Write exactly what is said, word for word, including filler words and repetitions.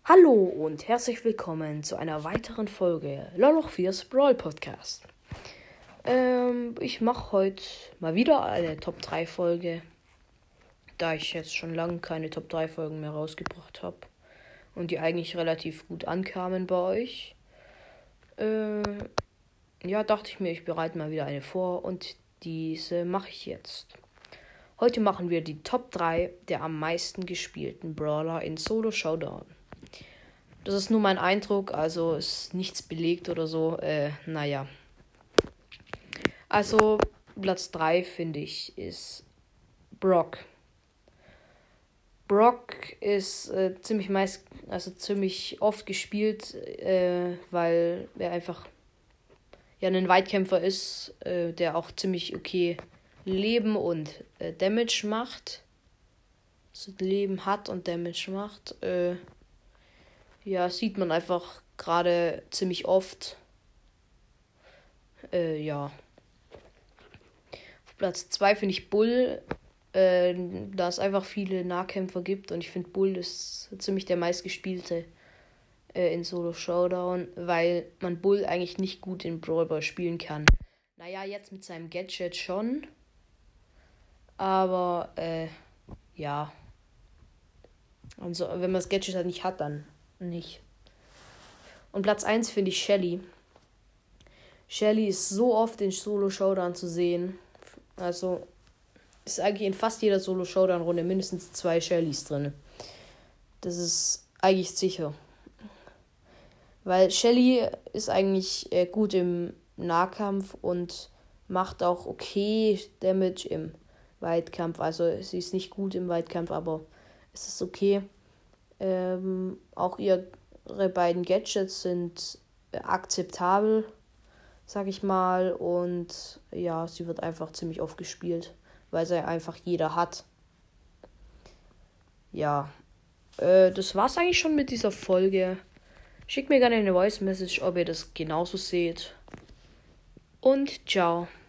Hallo und herzlich willkommen zu einer weiteren Folge Loloch viers Brawl Podcast. Ähm, ich mache heute mal wieder eine Top drei Folge, da ich jetzt schon lange keine Top drei Folgen mehr rausgebracht habe und die eigentlich relativ gut ankamen bei euch. Äh, ja, dachte ich mir, ich bereite mal wieder eine vor und diese mache ich jetzt. Heute machen wir die Top drei der am meisten gespielten Brawler in Solo Showdown. Das ist nur mein Eindruck, also ist nichts belegt oder so. Äh, naja. Also, Platz drei, finde ich, ist Brock. Brock ist äh, ziemlich meist, also ziemlich oft gespielt, äh, weil er einfach ja ein Weitkämpfer ist, äh, der auch ziemlich okay Leben und äh, Damage macht. Also Leben hat und Damage macht. Äh, Ja, sieht man einfach gerade ziemlich oft. Äh, ja. Auf Platz zwei finde ich Bull, äh, da es einfach viele Nahkämpfer gibt. Und ich finde, Bull ist ziemlich der meistgespielte äh, in Solo Showdown, weil man Bull eigentlich nicht gut in Brawl Ball spielen kann. Naja, jetzt mit seinem Gadget schon. Aber, äh, ja. Also, wenn man das Gadget halt nicht hat, dann nicht. Und Platz eins finde ich Shelly. Shelly ist so oft in Solo Showdown zu sehen. Also ist eigentlich in fast jeder Solo Showdown Runde mindestens zwei Shellys drin. Das ist eigentlich sicher. Weil Shelly ist eigentlich äh, gut im Nahkampf und macht auch okay Damage im Weitkampf. Also sie ist nicht gut im Weitkampf, aber es ist okay. Ähm, auch ihre beiden Gadgets sind akzeptabel, sag ich mal. Und ja, sie wird einfach ziemlich oft gespielt, weil sie einfach jeder hat. Ja, äh, das war's eigentlich schon mit dieser Folge. Schickt mir gerne eine Voice Message, ob ihr das genauso seht. Und ciao.